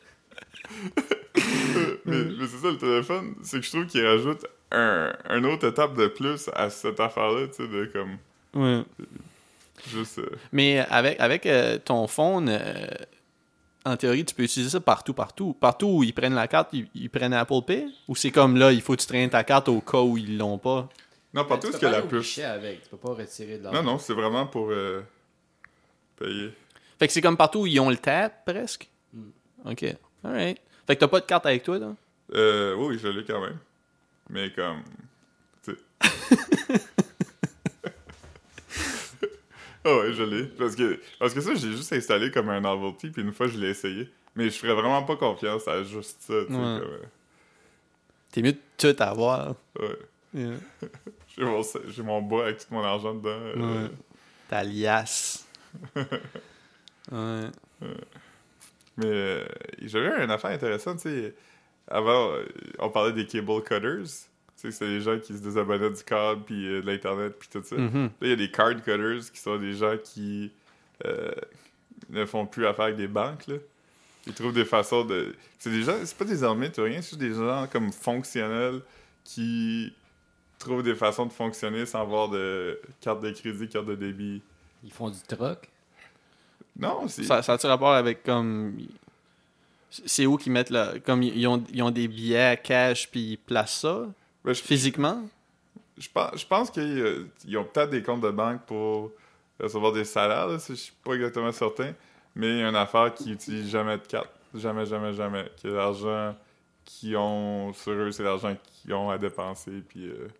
mais mais c'est ça, le téléphone, c'est que je trouve qu'il rajoute un, un autre étape de plus à cette affaire-là, tu sais, de comme... Ouais. Juste... euh, Mais avec, avec euh, ton phone, euh, en théorie, tu peux utiliser ça partout, partout. Partout où ils prennent la carte, ils, ils prennent Apple Pay? Ou c'est comme là, il faut que tu traînes ta carte au cas où ils l'ont pas? Non, partout tu où peux qu'il y a pas la aller au puce. guichet avec, tu peux pas retirer de l'argent. Non, non, c'est vraiment pour euh, payer. Fait que c'est comme partout où ils ont le tap, presque? Mm. OK. Alright. Fait que t'as pas de carte avec toi, là? Euh, oui, je l'ai quand même. Mais comme... tu sais. Ah ouais, je l'ai. Parce que, parce que ça, j'ai juste installé comme un novelty, puis une fois, je l'ai essayé. Mais je ferais vraiment pas confiance à juste ça, tu sais. Ouais. Comme, T'es mieux de tout avoir. euh, ouais. Yeah. J'ai mon, j'ai mon bas avec tout mon argent dedans. euh, Ouais. Ta liasse. Ouais. Mais euh, j'avais une affaire intéressante, tu sais. Avant, euh, on parlait des cable cutters. Tu sais, c'est des gens qui se désabonnaient du câble, puis euh, de l'Internet, puis tout ça. Mhm. Là, il y a des card cutters qui sont des gens qui euh, ne font plus affaire avec des banques, là. Ils trouvent des façons de... C'est des gens... C'est pas des armées, tout rien. C'est juste des gens comme fonctionnels qui trouvent des façons de fonctionner sans avoir de carte de crédit, carte de débit. Ils font du troc. Non, c'est... Ça, ça a-tu rapport avec comme. C'est où qu'ils mettent là. Comme ils ont, ils ont des billets cash puis ils placent ça Ben, je, physiquement? je pense, je pense qu'ils euh, ils ont peut-être des comptes de banque pour recevoir des salaires, là, si je suis pas exactement certain. Mais il y a une affaire qui utilise jamais de carte. Jamais, jamais, jamais. Que l'argent qu'ils ont sur eux, c'est l'argent qu'ils ont à dépenser. Puis, euh,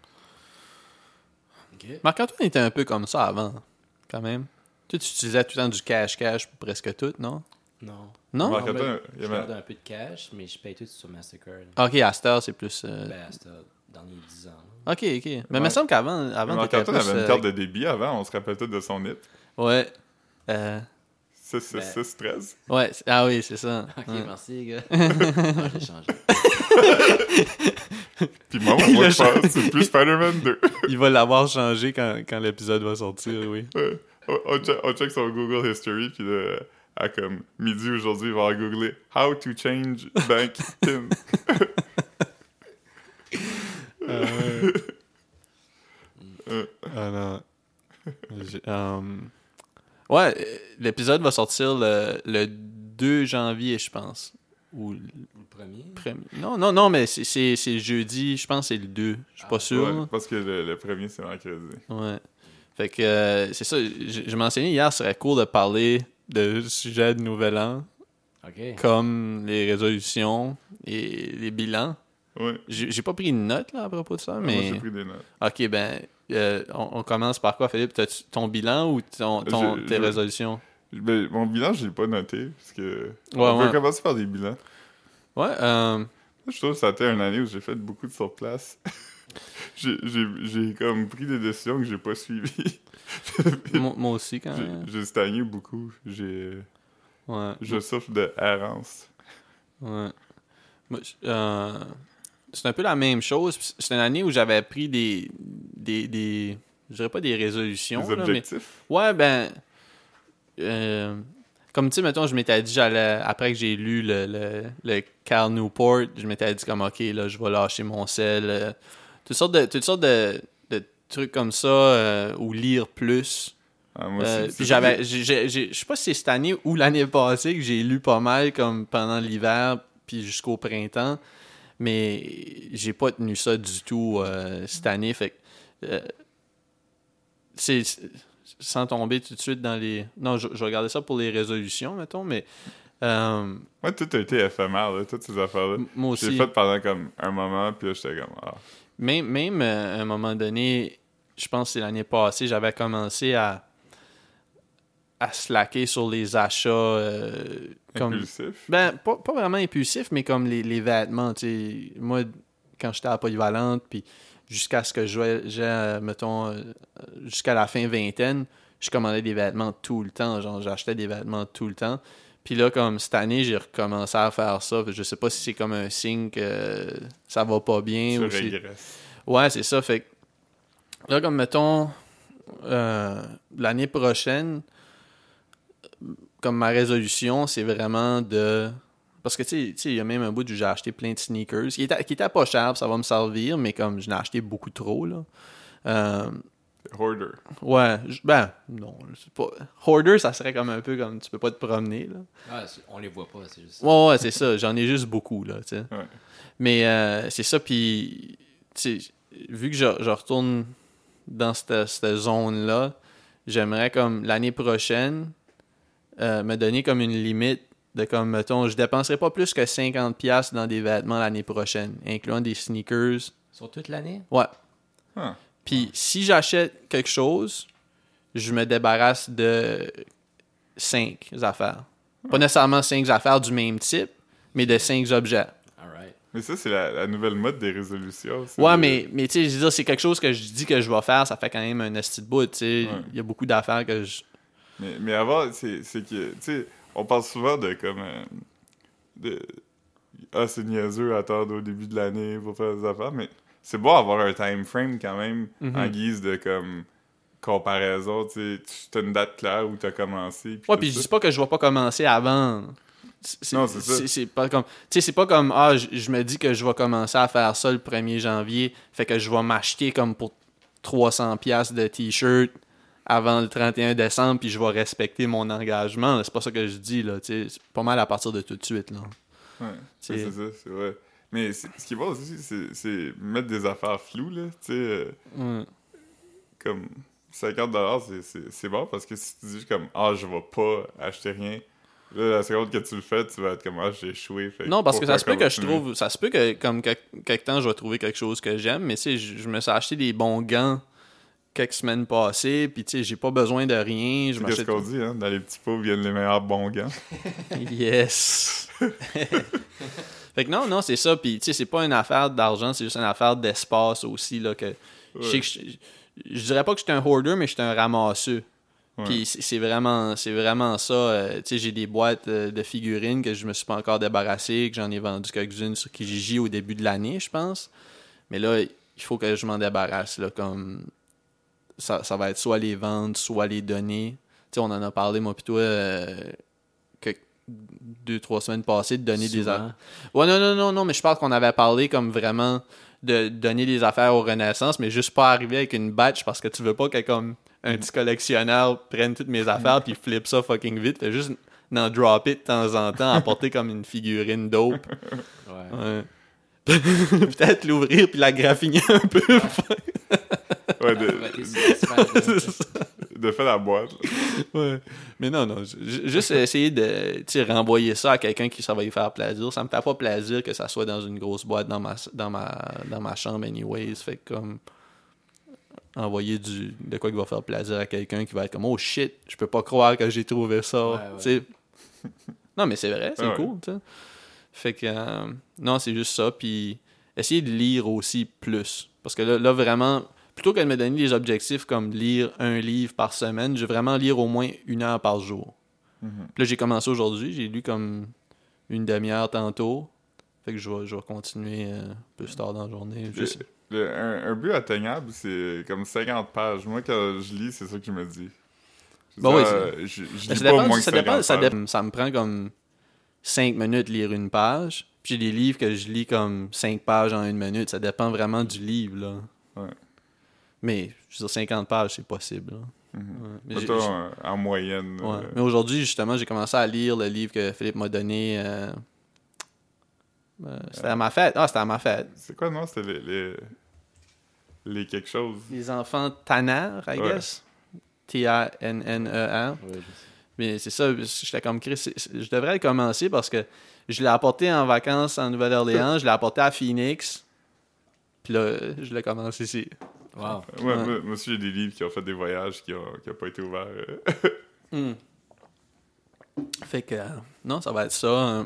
OK. Marc-Antoine était un peu comme ça avant, quand même. Tu sais, tu utilisais tout le temps du cash-cash pour presque tout, non? Non. Non? Marc- Non, Marc-Antoine, ben, il y je avait- garde un peu de cash, mais je paye tout sur Mastercard. Ok, à cette heure, c'est plus. euh, Ben, c'était dans les dix ans. là. Ok, ok. Mais il me Ouais. semble qu'avant, avant, t'étais Marc-Antoine plus, avait une euh, carte de débit avant, on se rappelle tous de son I P. Ouais. Euh, six six six treize. Ouais, c'est- ah oui, c'est ça. Ok, Ouais. merci, les gars. Ah, j'ai changé. Puis moi, Il moi, a je pense que c'est plus Spider-Man deux. Il va l'avoir changé quand, quand l'épisode va sortir, oui. Ouais. on, on check, on check son Google History, puis là, à comme midi aujourd'hui, il va googler « How to change bank PIN ». Ah non. J'ai- um, Ouais, euh, l'épisode va sortir le, le deux janvier, je pense. Ou le Le premier. premier. Non, non, non, mais c'est- c'est c'est jeudi, je pense que c'est le deux. Je suis pas Ah, sûr. Ouais, parce que le, le premier, c'est mercredi. Ouais. Fait que euh, c'est ça, je, je mentionnais hier, ce serait cool de parler de sujets de Nouvel An, OK. comme les résolutions et les bilans. Ouais. J'ai j'ai pas pris une note là à propos de ça, Moi, mais. j'ai pris des notes. Ok, ben, euh, on, on commence par quoi, Philippe? T'as-tu ton bilan ou ton, ton- Je- tes je- résolutions? Ben, mon bilan, je l'ai pas noté, parce que... Ouais, on ouais. peut commencer par des bilans. Ouais, euh, Je trouve que ça a été une année où j'ai fait beaucoup de surplace. j'ai, j'ai, j'ai comme pris des décisions que j'ai pas suivies. moi, moi aussi, quand J'ai, même. j'ai stagné beaucoup. J'ai, Ouais, je souffre de errance. ouais. Moi, je- euh, c'est un peu la même chose. C'est une année où j'avais pris des, des, des... Je dirais pas des résolutions, Des là, mais... objectifs. Ouais, ben... euh, comme tu sais, mettons, je m'étais dit, j'allais... Après que j'ai lu le, le, le Cal Newport, je m'étais dit comme, OK, là, je vais lâcher mon sel. euh, toutes sortes de, toutes sortes de, de trucs comme ça, euh, ou lire plus. Ah, moi, Euh, c'est- puis c'est- j'avais, j'ai- j'ai- j'ai- je sais pas si c'est cette année ou l'année passée que j'ai lu pas mal comme pendant l'hiver puis jusqu'au printemps, mais j'ai pas tenu ça du tout euh, cette année. Fait que euh, c'est c'est- sans tomber tout de suite dans les. Non, je, je regardais ça pour les résolutions, mettons, mais euh, Moi, tout a été éphémère, là, toutes ces affaires-là. m- moi J'ai aussi. fait pendant comme un moment, puis là, j'étais comme... Ah. Même, même euh, à un moment donné, je pense que c'est l'année passée, j'avais commencé à, à slacker sur les achats euh, comme. Impulsif. Ben, pas, pas vraiment impulsif, mais comme les, les vêtements, tu sais. Moi, quand j'étais à la polyvalente, puis jusqu'à ce que je jouais, j'ai, euh, mettons, euh, jusqu'à la fin vingtaine, je commandais des vêtements tout le temps. Genre, j'achetais des vêtements tout le temps. Puis là, comme cette année, j'ai recommencé à faire ça. Je sais pas si c'est comme un signe que ça va pas bien Tu ou si... régresses. Ouais, c'est ça. Fait que là, comme mettons, euh, l'année prochaine, comme ma résolution, c'est vraiment de. Parce que, tu sais- tu sais, il y a même un bout où j'ai acheté plein de sneakers qui étaient, qui étaient pas chers, ça va me servir, mais comme je n'ai acheté beaucoup trop, là. Euh, hoarder. Ouais, j- ben, non, c'est pas... Hoarder, ça serait comme un peu comme, tu peux pas te promener, là. Ah, c'est- on les voit pas, c'est juste ça. Ouais, ouais, c'est ça, j'en ai juste beaucoup, là, tu sais. Ouais. Mais euh, c'est ça, puis, tu sais, vu que je, je retourne dans cette, cette zone-là, j'aimerais, comme, l'année prochaine, euh, me donner comme une limite de, comme, mettons, je dépenserai pas plus que cinquante dollars dans des vêtements l'année prochaine, incluant des sneakers. Sur toute l'année? Ouais. Ah. Puis si j'achète quelque chose, je me débarrasse de cinq affaires. Pas nécessairement cinq affaires du même type, mais de cinq objets. Alright. Mais ça, c'est la, la nouvelle mode des résolutions. c'est Ouais, de- mais, mais tu sais, je veux dire, c'est quelque chose que je dis que je vais faire, ça fait quand même un esti de bout, tu sais. Ouais. Il y a beaucoup d'affaires que je... Mais, mais avant, c'est c'est que, tu sais, on parle souvent de comme. euh, de, ah, c'est niaiseux, attendre au début de l'année pour faire des affaires, mais c'est bon avoir un time frame quand même Mhm. en guise de comme comparaison. Tu sais, tu as une date claire où tu as commencé. Ouais, tout puis je ça. dis pas que je vais pas commencer avant. C'est, Non, c'est ça. C'est pas comme... Tu sais, c'est pas comme, ah, je, je me dis que je vais commencer à faire ça le premier janvier, fait que je vais m'acheter comme pour trois cents dollars de t-shirt avant le trente et un décembre, puis je vais respecter mon engagement. Là. C'est pas ça que je dis, là, tu sais. C'est pas mal à partir de tout de suite, là. Ouais, C'est- c'est ça, c'est vrai. Mais c'est- ce qui est bon aussi, c'est c'est mettre des affaires floues, là. Tu sais, euh, Ouais. comme cinquante dollars, c'est- c'est c'est bon parce que si tu dis comme, ah, je vais pas acheter rien, là, la seconde que tu le fais, tu vas être comme, ah, j'ai échoué. Fait Non, parce que ça se peut pourquoi que je continuer? trouve... Ça se peut que, comme, quel- quelque temps, je vais trouver quelque chose que j'aime, mais tu sais, je, je me suis acheté des bons gants quelques semaines passées, puis tu sais, j'ai pas besoin de rien. Je C'est qu'est-ce m'achète... qu'on dit, hein? Dans les petits pots viennent les meilleurs bons gants. Yes! Fait que non, non, c'est ça. Puis, tu sais, c'est pas une affaire d'argent, c'est juste une affaire d'espace aussi, là, que... Je sais que je, je dirais pas que je suis un hoarder, mais je suis un ramasseux. Ouais. Puis c'est c'est vraiment, c'est vraiment ça. euh, tu sais, j'ai des boîtes euh, de figurines que je me suis pas encore débarrassé, que j'en ai vendu quelques-unes sur Kijiji au début de l'année, je pense. Mais là, il faut que je m'en débarrasse, là, comme... Ça, ça va être soit les vendre, soit les donner. Tu sais, on en a parlé, moi, pis toi, euh, que deux, trois semaines passées, de donner des Souvent. affaires. Ouais, non, non, non, non, mais je pense qu'on avait parlé comme vraiment de donner des affaires aux Renaissance, mais juste pas arriver avec une batch parce que tu veux pas que comme un petit collectionneur prenne toutes mes affaires puis flippe ça fucking vite. Fait juste n'en dropper de temps en temps, apporter comme une figurine dope. Ouais. Ouais. Peut-être l'ouvrir puis la graffiner un peu. Ouais, de, Ouais, t'es satisfait, C'est là. ça. de faire la boîte. là. Ouais. Mais non, non. ju- ju- Juste essayer de tu sais, renvoyer ça à quelqu'un qui ça va lui faire plaisir. Ça me fait pas plaisir que ça soit dans une grosse boîte dans ma, dans ma, dans ma chambre, anyways. Fait que comme. Envoyer du, de quoi qui va faire plaisir à quelqu'un qui va être comme oh shit, je peux pas croire que j'ai trouvé ça. Ouais, ouais. Tu sais. Non, mais c'est vrai, c'est Ah ouais. cool. Tu sais. Fait que. euh, non, c'est juste ça. Puis essayer de lire aussi plus. Parce que là, là vraiment. Plutôt que de me donner des objectifs comme lire un livre par semaine, je vais vraiment lire au moins une heure par jour. Mhm. Puis là, j'ai commencé aujourd'hui, j'ai lu comme une demi-heure tantôt. Fait que je vais, je vais continuer euh, plus tard dans la journée. Je Le- sais- le- un, un but atteignable, c'est comme cinquante pages. Moi, quand je lis, c'est ça que je me dis. Je, dis, Bah oui, ah, je, je lis Ben, ça pas dépend, moins que ça, dépend, cinquante ça, pages. dépend- ça me prend comme cinq minutes lire une page. Puis j'ai des livres que je lis comme cinq pages en une minute. Ça dépend vraiment du livre, là. Ouais. Mais, je veux dire, cinquante pages, c'est possible, là. Mhm. Ouais. Mais j'ai- Mettons, j'ai- euh, en moyenne. Ouais. euh, Mais aujourd'hui, justement, j'ai commencé à lire le livre que Philippe m'a donné. euh, euh, c'était à ma fête. Ah, c'était à ma fête. C'est quoi, non? C'était les, les... les quelque chose. Les enfants Tanner, I Ouais. guess. T A N N E R. Ouais, je sais. Mais c'est ça, j'étais comme Chris. c'est- c'est- Je devrais le commencer parce que je l'ai apporté en vacances en Nouvelle-Orléans, je l'ai apporté à Phoenix. Puis là, je l'ai commencé ici. Wow. Ouais, Ouais. Moi, moi aussi, j'ai des livres qui ont fait des voyages qui n'ont qui ont pas été ouverts. euh. Hmm. Fait que, euh, non, ça va être ça. euh.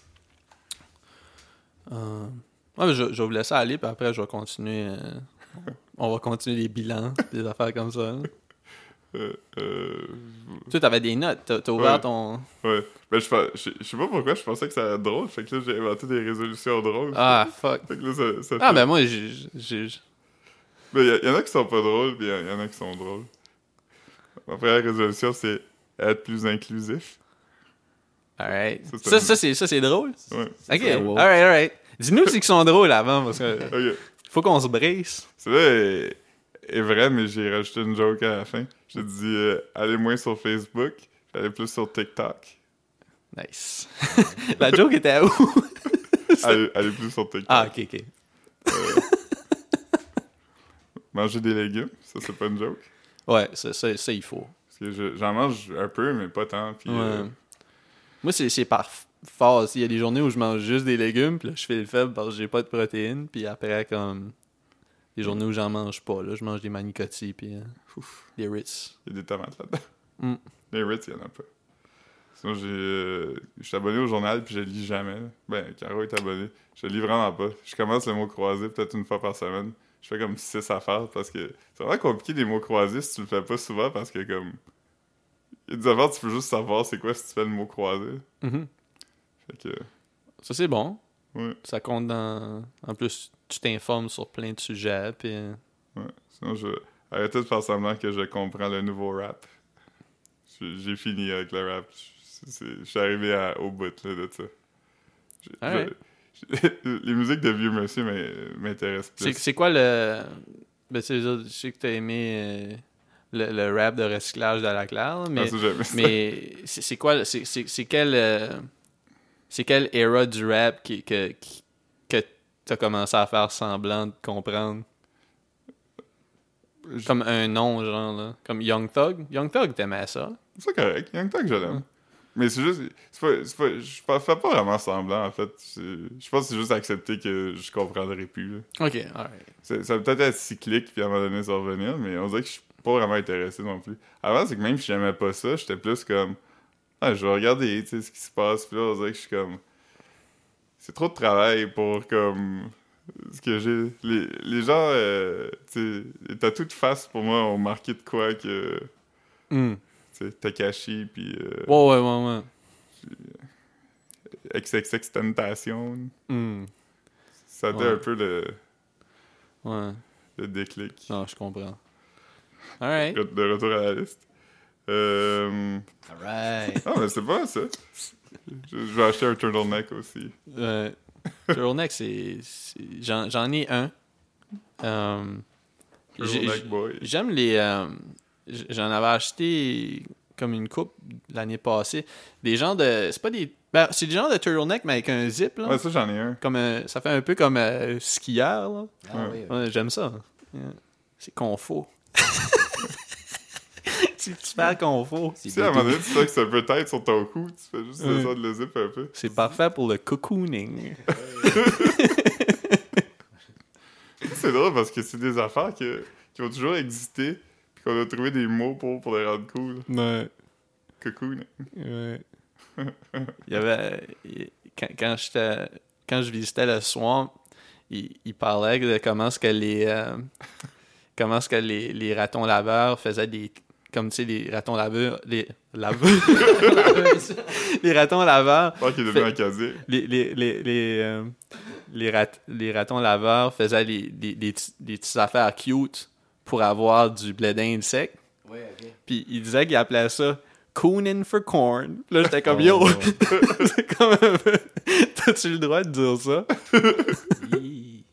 Euh, ouais, mais je, je vais vous laisser aller, puis après, je vais continuer. euh, On va continuer les bilans, des affaires comme ça. hein. Euh, euh, Toi, t'avais des notes. T'as t'as ouvert Ouais. ton. ouais. Ben, je, pe- je, je sais pas pourquoi, je pensais que ça allait être drôle. Fait que là, j'ai inventé des résolutions drôles. Ah, fuck. Fait que là, ça, ça Ah, fait- ben moi, j'ai. j'ai- Ben, il y, y en a qui sont pas drôles, puis il y, y en a qui sont drôles. Ma première résolution, c'est être plus inclusif. Alright. Ça, c'est Ça, un- ça, c'est ça, c'est drôle. Ouais. Ok, très woke. alright, alright. Dis-nous ce qu'ils sont drôles avant, parce que Ok. faut qu'on se brise. C'est là, euh, est vraie, mais j'ai rajouté une joke à la fin. J'ai dit euh, allez moins sur Facebook, allez plus sur TikTok. Nice. La joke était où? allez, allez plus sur TikTok. Ah, ok, ok. Euh, manger des légumes, ça c'est pas une joke. Ouais, ça, ça, ça il faut. Parce que je- j'en mange un peu, mais pas tant. Puis, Ouais. euh, Moi, c'est, c'est par phase. Il y a des journées où je mange juste des légumes, puis là, je fais le faible parce que j'ai pas de protéines, puis après, comme. Des journées où j'en mange pas, là, je mange des manicotti, puis euh, ouf, des Ritz. il y a des tomates là-dedans. Mm. Les Ritz, il y en a pas. Sinon, j'ai, euh, je suis abonné au journal, puis je lis jamais. Là. Ben, Caro est abonné. Je lis vraiment pas. Je commence le mot croisé peut-être une fois par semaine. Je fais comme six affaires parce que c'est vraiment compliqué les mots croisés si tu le fais pas souvent parce que comme. Il y a des affaires, tu peux juste savoir c'est quoi si tu fais le mot croisé. Mhm. Fait que. Ça, c'est bon. Ouais. Ça compte dans. En plus, tu t'informes sur plein de sujets, puis. euh, Ouais. Sinon, je. Arrêtez de faire semblant que je comprends le nouveau rap. J'ai j'ai fini avec le rap. Je c'est- je suis arrivé à- au bout là, de ça. Je- Alright. je- je- les musiques de vieux monsieur m'in- m'intéressent C'est, plus. c'est quoi le. Ben, c'est, je sais que t'as aimé euh, le, le rap de recyclage de la Claire, là, mais. Ah, ça, j'aimais ça. Mais c'est, c'est quoi, c'est, c'est, c'est quelle, euh, c'est quelle era du rap qui, que, qui, que t'as commencé à faire semblant de comprendre? Je- Comme un nom, genre, là. Comme Young Thug. Young Thug, t'aimais ça? C'est correct. Young Thug, je l'aime. Ouais. Mais c'est juste. C'est pas, c'est pas, je pa- fais pas vraiment semblant, en fait. C'est- Je pense que c'est juste accepter que je comprendrai plus. Là. Ok, alright. C'est- Ça peut peut-être être cyclique, puis à un moment donné, ça va revenir, mais on dirait que je suis pas vraiment intéressé non plus. Avant, c'est que même si j'aimais pas ça, j'étais plus comme. Ah, je vais regarder, tu sais, ce qui se passe, puis là, on dirait que je suis comme. C'est trop de travail pour, comme. Ce que j'ai. Les, les gens, euh, tu sais, les tatous de face, pour moi, ont marqué de quoi que. Hmm. Tu sais, Takashi, puis. Euh, Ouais, ouais, ouais, ouais. X X X Tentation. Hmm. Ça a été Ouais. un peu le, Ouais. le déclic. Non, je comprends. Alright. De retour à la liste. Euh... Alright. Ah, mais c'est pas ça. Je, je vais acheter un turtleneck aussi. Euh, Turtleneck, c'est. c'est- J'en, j'en ai un. Euh, j'ai- Turtleneck boy. J'aime les. euh, j- j'en avais acheté comme une coupe l'année passée. Des genres de. C'est pas des. Ben, c'est des genres de turtleneck, mais avec un zip, là. Ouais, ça, j'en ai un. Comme un- ça fait un peu comme euh, skieur, là. Ah Ouais. oui, oui. Ouais, j'aime ça. Yeah. C'est confort. C'est super confort. C'est Tu sais, à un moment doudou. donné, tu sais que ça peut être sur ton cou, tu fais juste Ouais. descendre le zip un peu. C'est parfait pour le cocooning. C'est drôle parce que c'est des affaires que, qui ont toujours existé, puis qu'on a trouvé des mots pour, pour les rendre cool. Ouais. Cocoon. Ouais. Il y avait. il- Quand, quand, j'étais, quand je visitais le swamp, il, il parlait de comment est-ce que les. euh, comment est-ce que les, les ratons laveurs faisaient des. Comme tu sais, les ratons laveurs. Les. Laveurs. les ratons laveurs. Je pense qu'il est devenu Fait- un casier. Les, les, les, les, euh, les, rat- les ratons laveurs faisaient les, des, des, petits- des petites affaires cute pour avoir du blé d'Inde sec. Ouais, ok. Puis il disait qu'il appelait ça Coonin' for corn. Là, j'étais comme Oh. yo. C'est comme un peu. T'as-tu le droit de dire ça? Hi.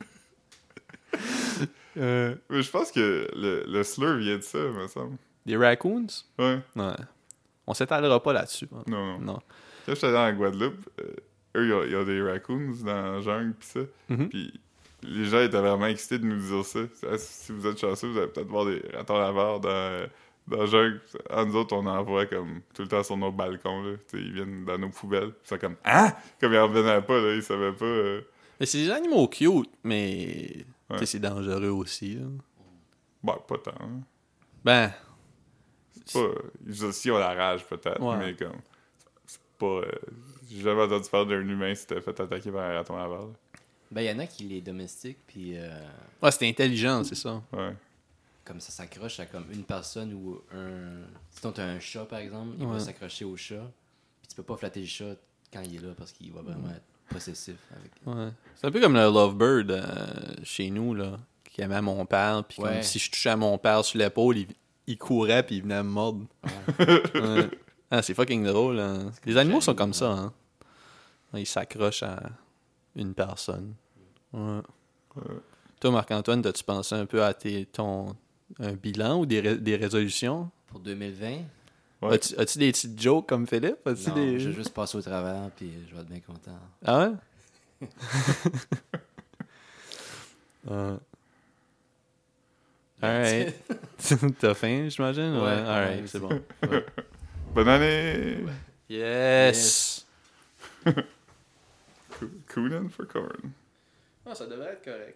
Euh, Mais je pense que le, le slur vient de ça, me semble. des raccoons? Ouais. Ouais. On s'étalera pas là-dessus. hein. Non, non. Non. Quand j'étais allé en Guadeloupe, euh, eux, ils ont, ils ont des raccoons dans la jungle, pis ça. Mhm. Puis les gens étaient vraiment excités de nous dire ça. Ah, si vous êtes chanceux, vous allez peut-être voir des ratons laveurs dans, dans la jungle. En nous autres, on en voit comme tout le temps sur nos balcons. Là. Tu sais, ils viennent dans nos poubelles. Ils sont comme « Ah! » Comme ils en revenaient pas, là, ils savaient pas... euh, Mais c'est des animaux cute, mais Ouais. tu sais, c'est dangereux aussi. là. Ben, pas tant. hein. Ben, C'est pas... Ils aussi ont la rage, peut-être, Ouais. mais comme... C'est pas... euh, J'ai jamais entendu parler d'un humain qui s'était fait attaquer par un raton laveur. là. Ben, il y en a qui les domestiquent, puis euh, ouais, c'est intelligent, c'est ça. Ouais. comme ça s'accroche à comme une personne ou un. Si t'as un chat, par exemple, il Ouais. va s'accrocher au chat, puis tu peux pas flatter le chat quand il est là parce qu'il va vraiment être possessif avec. Ouais. C'est un peu comme le Lovebird euh, chez nous, là, qui aimait mon père. Puis comme Ouais. si je touchais à mon père sur l'épaule, il, il courait puis il venait me mordre. Ouais. Ah, c'est fucking drôle. Hein. Les animaux sont comme ça. Hein. Ils s'accrochent à une personne. Ouais. Ouais. Toi, Marc-Antoine, t'as-tu pensé un peu à tes, ton, un bilan ou des, ré- des résolutions? Pour deux mille vingt, Ouais. As-tu, as-tu des petites jokes comme Philippe? As-tu non, des... je vais juste passer au travers, puis je vais être bien content. Ah ouais? euh... Alright. T'as faim, j'imagine? Ouais, Ouais, quand alright, même, c'est c'est- bon. Ouais. Bonne année! Yes! Coonan for corn. Ah, ça devrait être correct.